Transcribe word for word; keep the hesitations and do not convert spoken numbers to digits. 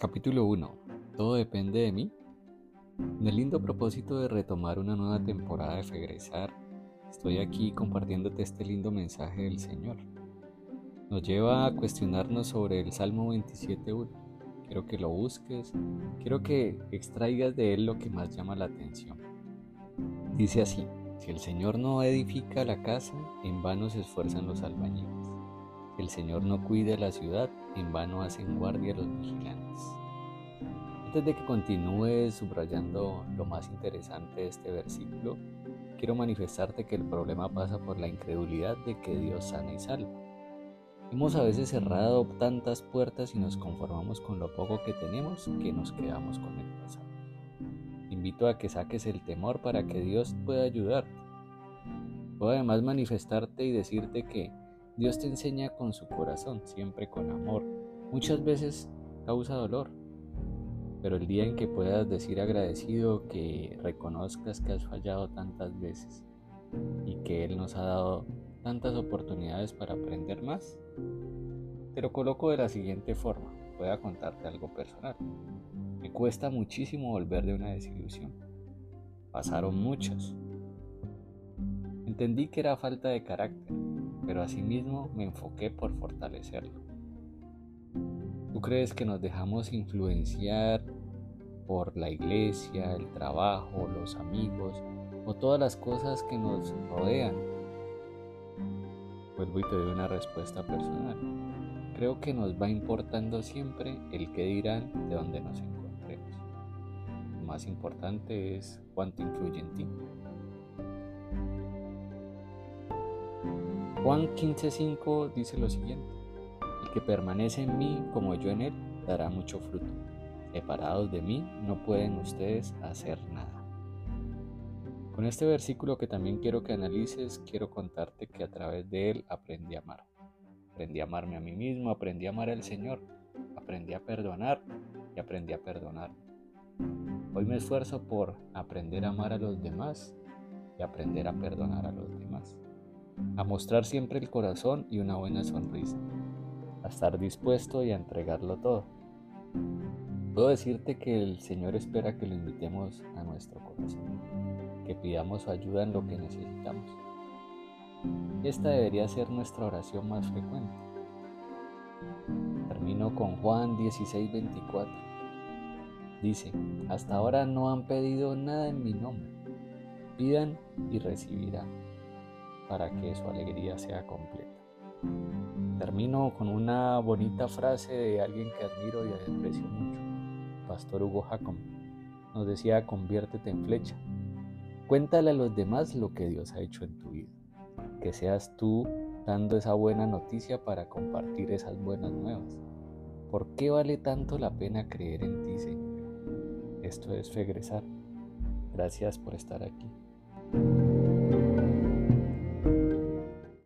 Capítulo uno. ¿Todo depende de mí? En el lindo propósito de retomar una nueva temporada de Fegresar, estoy aquí compartiéndote este lindo mensaje del Señor. Nos lleva a cuestionarnos sobre el Salmo veintisiete uno. Quiero que lo busques, quiero que extraigas de él lo que más llama la atención. Dice así: si el Señor no edifica la casa, en vano se esfuerzan los albañiles. Si el Señor no cuida la ciudad, en vano hacen guardia los vigilantes. Antes de que continúe subrayando lo más interesante de este versículo, quiero manifestarte que el problema pasa por la incredulidad de que Dios sana y salva. Hemos a veces cerrado tantas puertas y nos conformamos con lo poco que tenemos que nos quedamos con el pasado. Te invito a que saques el temor para que Dios pueda ayudarte. Puedo además manifestarte y decirte que Dios te enseña con su corazón, siempre con amor. Muchas veces causa dolor, pero el día en que puedas decir agradecido, que reconozcas que has fallado tantas veces y que Él nos ha dado tantas oportunidades para aprender más, te lo coloco de la siguiente forma. Voy a contarte algo personal. Me cuesta muchísimo volver de una desilusión. Pasaron muchas. Entendí que era falta de carácter, pero asimismo me enfoqué por fortalecerlo. ¿Tú crees que nos dejamos influenciar por la iglesia, el trabajo, los amigos o todas las cosas que nos rodean? Vuelvo y te doy una respuesta personal. Creo que nos va importando siempre el qué dirán de donde nos encontremos. Lo más importante es cuánto influye en ti. Juan quince cinco dice lo siguiente: el que permanece en mí como yo en él, dará mucho fruto. Separados de mí, no pueden ustedes hacer nada. Con este versículo que también quiero que analices, quiero contarte que a través de él aprendí a amar. Aprendí a amarme a mí mismo, aprendí a amar al Señor, aprendí a perdonar y aprendí a perdonar. Hoy me esfuerzo por aprender a amar a los demás y aprender a perdonar a los demás. A mostrar siempre el corazón y una buena sonrisa. A estar dispuesto y a entregarlo todo. Puedo decirte que el Señor espera que lo invitemos a nuestro corazón, que pidamos su ayuda en lo que necesitamos. Esta debería ser nuestra oración más frecuente. Termino con Juan dieciséis veinticuatro. Dice: hasta ahora no han pedido nada en mi nombre. Pidan y recibirán, para que su alegría sea completa. Termino con una bonita frase de alguien que admiro y aprecio mucho, Pastor Hugo Jacob. Nos decía: conviértete en flecha. Cuéntale a los demás lo que Dios ha hecho en tu vida. Que seas tú dando esa buena noticia para compartir esas buenas nuevas. ¿Por qué vale tanto la pena creer en ti, Señor? Esto es Fegresar. Gracias por estar aquí.